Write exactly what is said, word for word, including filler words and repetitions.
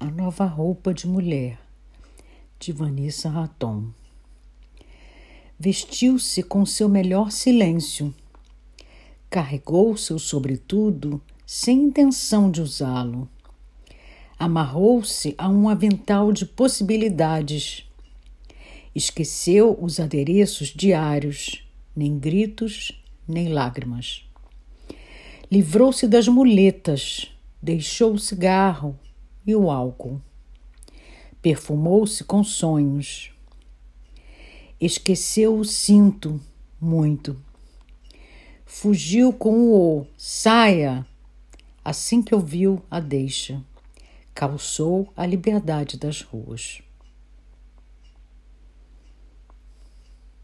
A nova roupa de mulher, de Vanessa Raton. Vestiu-se com seu melhor silêncio. Carregou seu sobretudo sem intenção de usá-lo. Amarrou-se a um avental de possibilidades. Esqueceu os adereços diários, nem gritos, nem lágrimas. Livrou-se das muletas, deixou o cigarro e o álcool. Perfumou-se com sonhos. Esqueceu o cinto, muito. Fugiu com o saia, assim que ouviu a deixa. Calçou a liberdade das ruas.